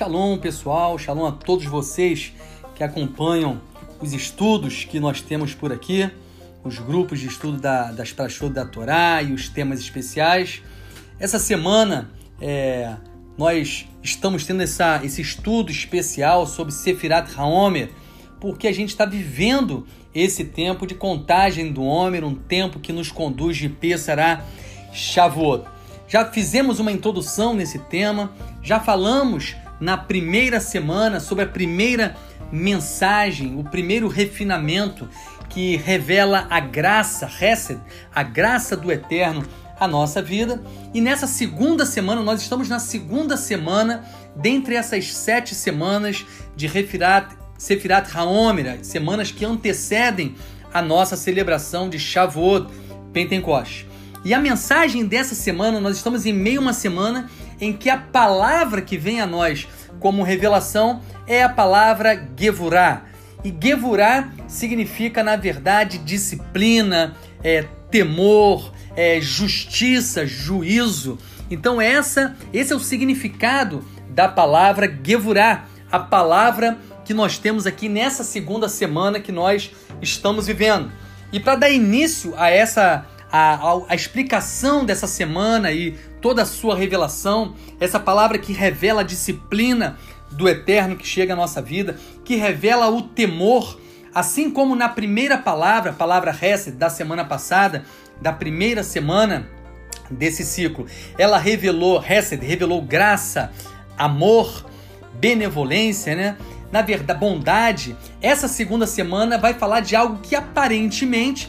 Shalom, pessoal, shalom a todos vocês que acompanham os estudos que nós temos por aqui, os grupos de estudo das Parashot da Torá e os temas especiais. Essa semana nós estamos tendo esse estudo especial sobre Sefirat HaOmer, porque a gente está vivendo esse tempo de contagem do Homer, um tempo que nos conduz de Pesach a Shavuot. Já fizemos uma introdução nesse tema, já falamos na primeira semana sobre a primeira mensagem, o primeiro refinamento que revela a graça, Hesed, a graça do Eterno à nossa vida. E nessa segunda semana, nós estamos na segunda semana, dentre essas 7 semanas de Sefirat HaOmer, semanas que antecedem a nossa celebração de Shavuot, Pentecoste. E a mensagem dessa semana, nós estamos em meio a uma semana em que a palavra que vem a nós como revelação é a palavra Gevurah. E Gevurah significa, na verdade, disciplina, temor, justiça, juízo. Então esse é o significado da palavra Gevurah, a palavra que nós temos aqui nessa segunda semana que nós estamos vivendo. E para dar início a a explicação dessa semana e toda a sua revelação, essa palavra que revela a disciplina do Eterno que chega à nossa vida, que revela o temor, assim como na primeira palavra, a palavra Hesed da semana passada, da primeira semana desse ciclo, ela revelou Hesed, revelou graça, amor, benevolência, né? Na verdade, bondade. Essa segunda semana vai falar de algo que aparentemente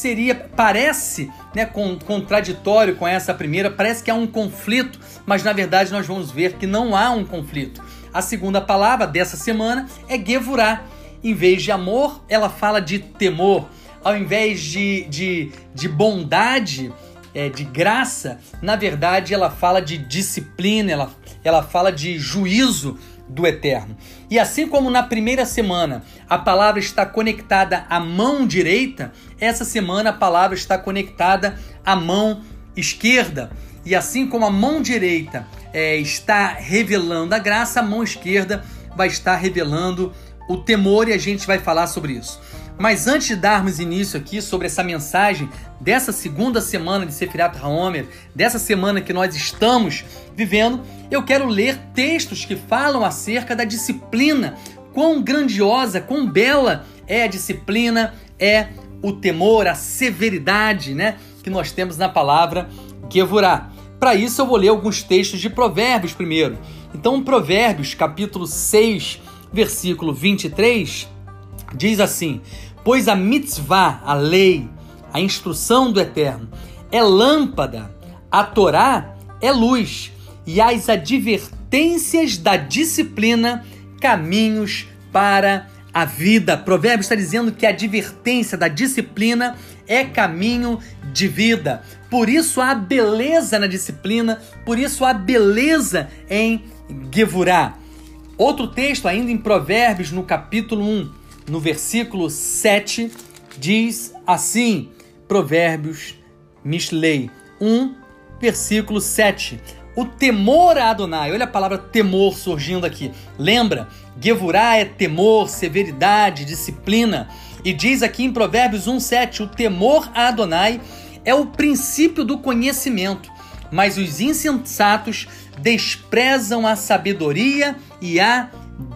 parece, né, contraditório com essa primeira, parece que há um conflito, mas na verdade nós vamos ver que não há um conflito. A segunda palavra dessa semana é Gevurah. Em vez de amor, ela fala de temor. Ao invés de bondade, de graça, na verdade ela fala de disciplina, ela fala de juízo do Eterno. E assim como na primeira semana a palavra está conectada à mão direita, essa semana a palavra está conectada à mão esquerda. E assim como a mão direita está revelando a graça, a mão esquerda vai estar revelando o temor, e a gente vai falar sobre isso. Mas antes de darmos início aqui sobre essa mensagem dessa segunda semana de Sefirat HaOmer, dessa semana que nós estamos vivendo, eu quero ler textos que falam acerca da disciplina, quão grandiosa, quão bela é a disciplina, é o temor, a severidade, né, que nós temos na palavra Gevurah. Para isso eu vou ler alguns textos de Provérbios primeiro. Então, Provérbios, capítulo 6, versículo 23, diz assim: pois a mitzvah, a lei, a instrução do Eterno, é lâmpada, a Torá é luz, e as advertências da disciplina, caminhos para a vida. Provérbios está dizendo que a advertência da disciplina é caminho de vida. Por isso há beleza na disciplina, por isso há beleza em Gevurah. Outro texto ainda em Provérbios, no capítulo 1, no versículo 7, diz assim, Provérbios Mishlei 1, versículo 7. O temor a Adonai, olha a palavra temor surgindo aqui. Lembra? Gevurah é temor, severidade, disciplina. E diz aqui em Provérbios 1:7, o temor a Adonai é o princípio do conhecimento, mas os insensatos desprezam a sabedoria e a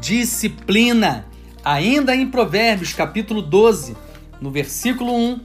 disciplina. Ainda em Provérbios, capítulo 12, no versículo 1,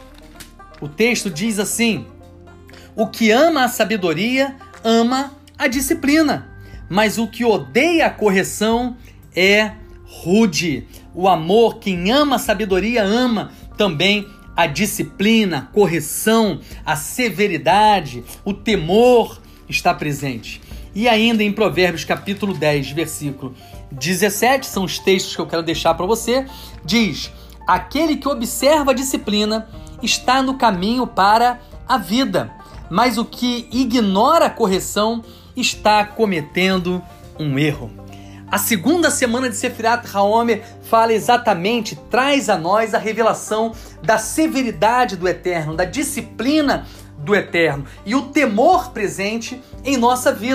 o texto diz assim: o que ama a sabedoria ama a disciplina, mas o que odeia a correção é rude. O amor, quem ama a sabedoria, ama também a disciplina, a correção, a severidade, o temor está presente. E ainda em Provérbios capítulo 10, versículo 17, são os textos que eu quero deixar para você, diz: aquele que observa a disciplina está no caminho para a vida, mas o que ignora a correção está cometendo um erro. A segunda semana de Sefirat HaOmer fala exatamente, traz a nós a revelação da severidade do Eterno, da disciplina do Eterno e o temor presente em nossa vida.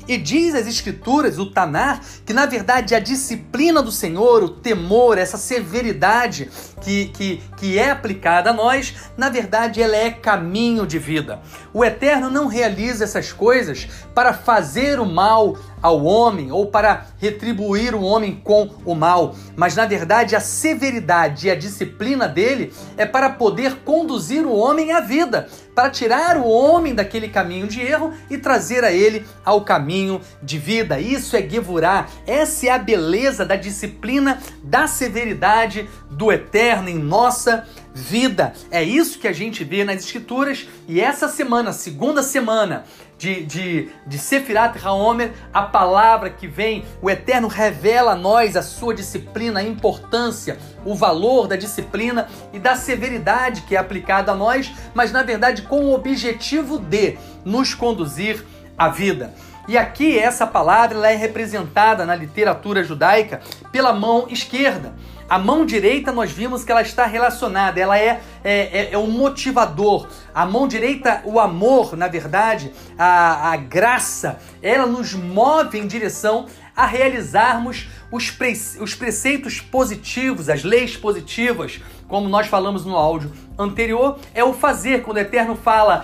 E diz as Escrituras, o Tanar, que na verdade a disciplina do Senhor, o temor, essa severidade que é aplicada a nós, na verdade ela é caminho de vida. O Eterno não realiza essas coisas para fazer o mal ao homem ou para retribuir o homem com o mal, mas na verdade a severidade e a disciplina dele é para poder conduzir o homem à vida, para tirar o homem daquele caminho de erro e trazer a ele ao caminho de vida. Isso é Gevurá, essa é a beleza da disciplina, da severidade do Eterno em nossa vida. É isso que a gente vê nas Escrituras, e essa semana, segunda semana de Sefirat HaOmer, a palavra que vem, o Eterno revela a nós a sua disciplina, a importância, o valor da disciplina e da severidade que é aplicada a nós, mas na verdade com o objetivo de nos conduzir à vida. E aqui essa palavra ela é representada na literatura judaica pela mão esquerda. A mão direita nós vimos que ela está relacionada, ela é um motivador. A mão direita, o amor, na verdade, a graça, ela nos move em direção a realizarmos os preceitos positivos, as leis positivas, como nós falamos no áudio anterior, é o fazer. Quando o Eterno fala,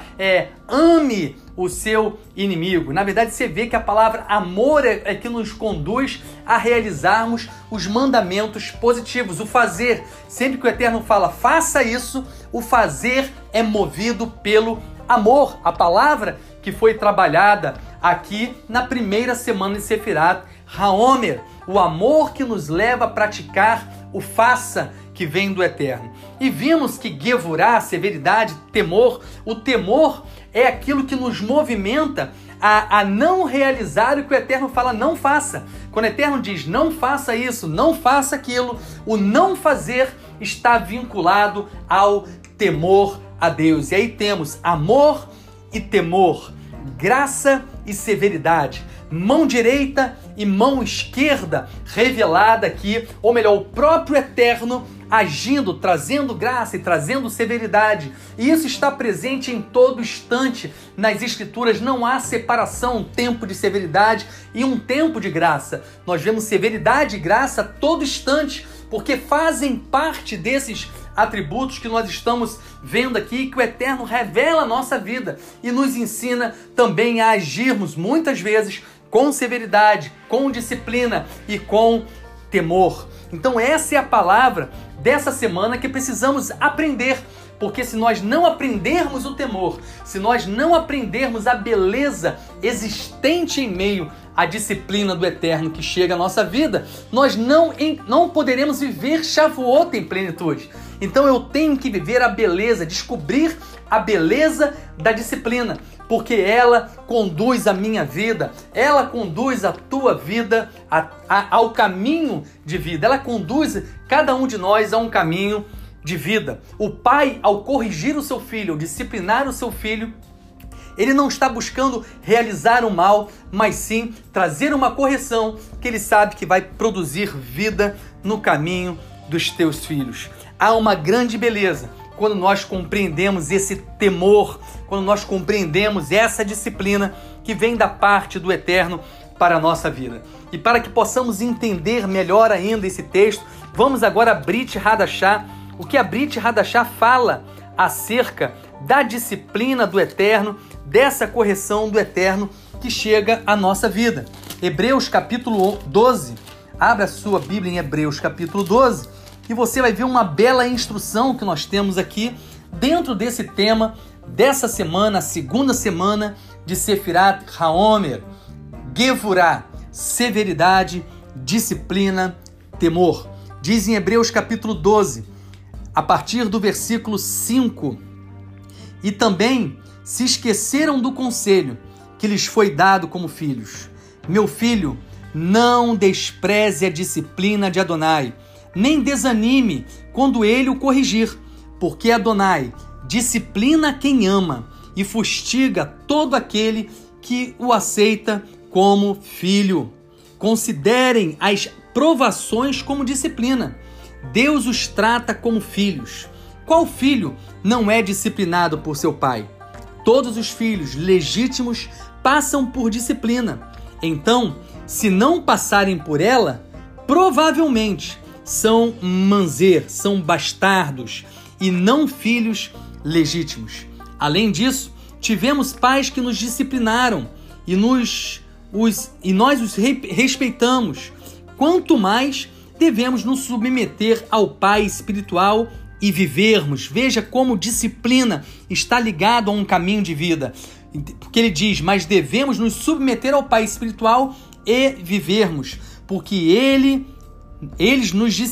ame o seu inimigo. Na verdade, você vê que a palavra amor é que nos conduz a realizarmos os mandamentos positivos, o fazer. Sempre que o Eterno fala, faça isso, o fazer é movido pelo amor. A palavra que foi trabalhada aqui na primeira semana de Sefirat HaOmer, o amor que nos leva a praticar o faça que vem do Eterno. E vimos que Gevurá, severidade, temor, o temor é aquilo que nos movimenta a não realizar o que o Eterno fala, não faça. Quando o Eterno diz, não faça isso, não faça aquilo, o não fazer está vinculado ao temor a Deus. E aí temos amor e temor, graça e severidade, mão direita e mão esquerda revelada aqui, ou melhor, o próprio Eterno agindo, trazendo graça e trazendo severidade. E isso está presente em todo instante nas Escrituras. Não há separação, um tempo de severidade e um tempo de graça. Nós vemos severidade e graça a todo instante, porque fazem parte desses atributos que nós estamos vendo aqui, que o Eterno revela a nossa vida e nos ensina também a agirmos muitas vezes com severidade, com disciplina e com temor. Então essa é a palavra dessa semana que precisamos aprender, porque se nós não aprendermos o temor, se nós não aprendermos a beleza existente em meio à disciplina do Eterno que chega à nossa vida, nós não poderemos viver Shavuot em plenitude. Então eu tenho que viver a beleza, descobrir a beleza da disciplina, porque ela conduz a minha vida, ela conduz a tua vida ao caminho de vida, ela conduz cada um de nós a um caminho de vida. O pai, ao corrigir o seu filho, ao disciplinar o seu filho, ele não está buscando realizar o mal, mas sim trazer uma correção que ele sabe que vai produzir vida no caminho dos teus filhos. Há uma grande beleza quando nós compreendemos esse temor, quando nós compreendemos essa disciplina que vem da parte do Eterno para a nossa vida. E para que possamos entender melhor ainda esse texto, vamos agora a Brit Hadashah, o que a Brit Hadashah fala acerca da disciplina do Eterno, dessa correção do Eterno que chega à nossa vida. Hebreus capítulo 12, abra a sua Bíblia em Hebreus capítulo 12, e você vai ver uma bela instrução que nós temos aqui dentro desse tema dessa semana, a segunda semana de Sefirat HaOmer. Gevurá, severidade, disciplina, temor. Diz em Hebreus capítulo 12, a partir do versículo 5, e também se esqueceram do conselho que lhes foi dado como filhos. Meu filho, não despreze a disciplina de Adonai, nem desanime quando ele o corrigir, porque Adonai disciplina quem ama e fustiga todo aquele que o aceita como filho. Considerem as provações como disciplina. Deus os trata como filhos. Qual filho não é disciplinado por seu pai? Todos os filhos legítimos passam por disciplina. Então, se não passarem por ela, provavelmente são mamzer, são bastardos e não filhos legítimos. Além disso, tivemos pais que nos disciplinaram e nós os respeitamos. Quanto mais devemos nos submeter ao Pai espiritual e vivermos. Veja como disciplina está ligado a um caminho de vida. Porque ele diz, mas devemos nos submeter ao Pai espiritual e vivermos, porque eles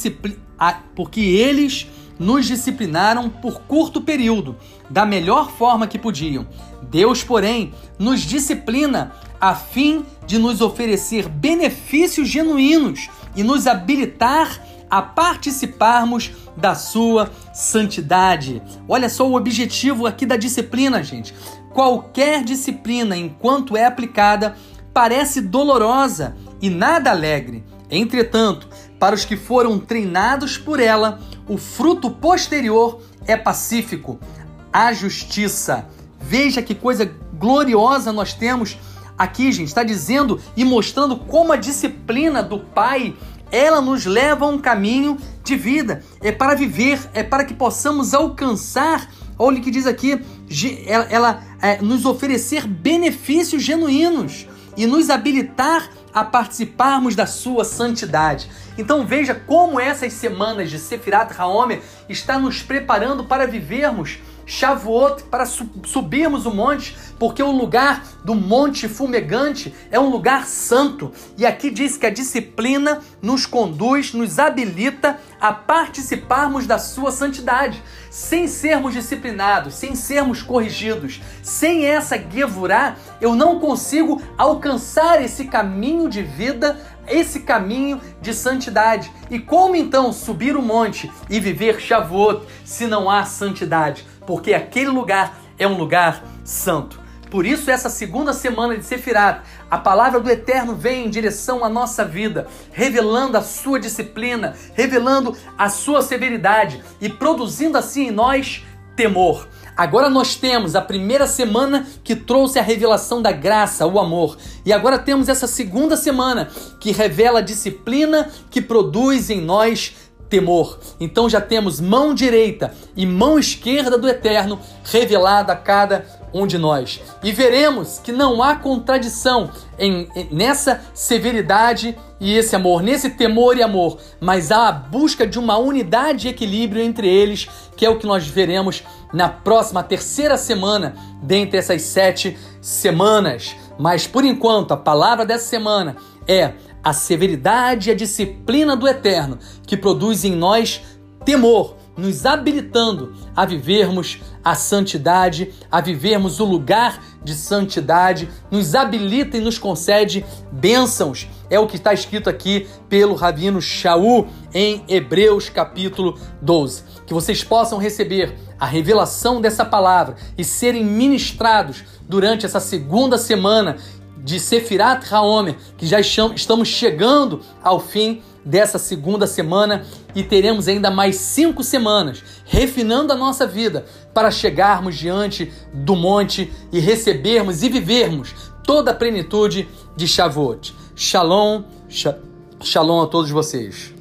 nos disciplinaram por curto período, da melhor forma que podiam. Deus, porém, nos disciplina a fim de nos oferecer benefícios genuínos e nos habilitar a participarmos da sua santidade. Olha só o objetivo aqui da disciplina, gente. Qualquer disciplina, enquanto é aplicada, parece dolorosa e nada alegre. Entretanto, para os que foram treinados por ela, o fruto posterior é pacífico, a justiça. Veja que coisa gloriosa nós temos aqui, gente. Está dizendo e mostrando como a disciplina do Pai, ela nos leva a um caminho de vida. É para viver, é para que possamos alcançar, olha o que diz aqui, ela nos oferecer benefícios genuínos e nos habilitar a participarmos da sua santidade. Então veja como essas semanas de Sefirat HaOmer está nos preparando para vivermos Shavuot, para subirmos o monte, porque o lugar do monte fumegante é um lugar santo. E aqui diz que a disciplina nos conduz, nos habilita a participarmos da sua santidade. Sem sermos disciplinados, sem sermos corrigidos, sem essa Gevurá, eu não consigo alcançar esse caminho de vida, esse caminho de santidade. E como então subir o monte e viver Shavuot se não há santidade? Porque aquele lugar é um lugar santo. Por isso, essa segunda semana de Sefirat, a palavra do Eterno vem em direção à nossa vida, revelando a sua disciplina, revelando a sua severidade e produzindo assim em nós temor. Agora nós temos a primeira semana que trouxe a revelação da graça, o amor. E agora temos essa segunda semana que revela a disciplina que produz em nós temor. Então já temos mão direita e mão esquerda do Eterno revelada a cada um de nós. E veremos que não há contradição nessa severidade e esse amor, nesse temor e amor, mas há a busca de uma unidade e equilíbrio entre eles, que é o que nós veremos na próxima terceira semana dentre essas 7 semanas. Mas por enquanto a palavra dessa semana é a severidade e a disciplina do Eterno, que produz em nós temor, nos habilitando a vivermos a santidade, a vivermos o lugar de santidade, nos habilita e nos concede bênçãos. É o que está escrito aqui pelo Rabino Shaul em Hebreus capítulo 12. Que vocês possam receber a revelação dessa palavra e serem ministrados durante essa segunda semana de Sefirat HaOmer, que já estamos chegando ao fim dessa segunda semana e teremos ainda mais 5 semanas refinando a nossa vida para chegarmos diante do monte e recebermos e vivermos toda a plenitude de Shavuot. Shalom, shalom a todos vocês.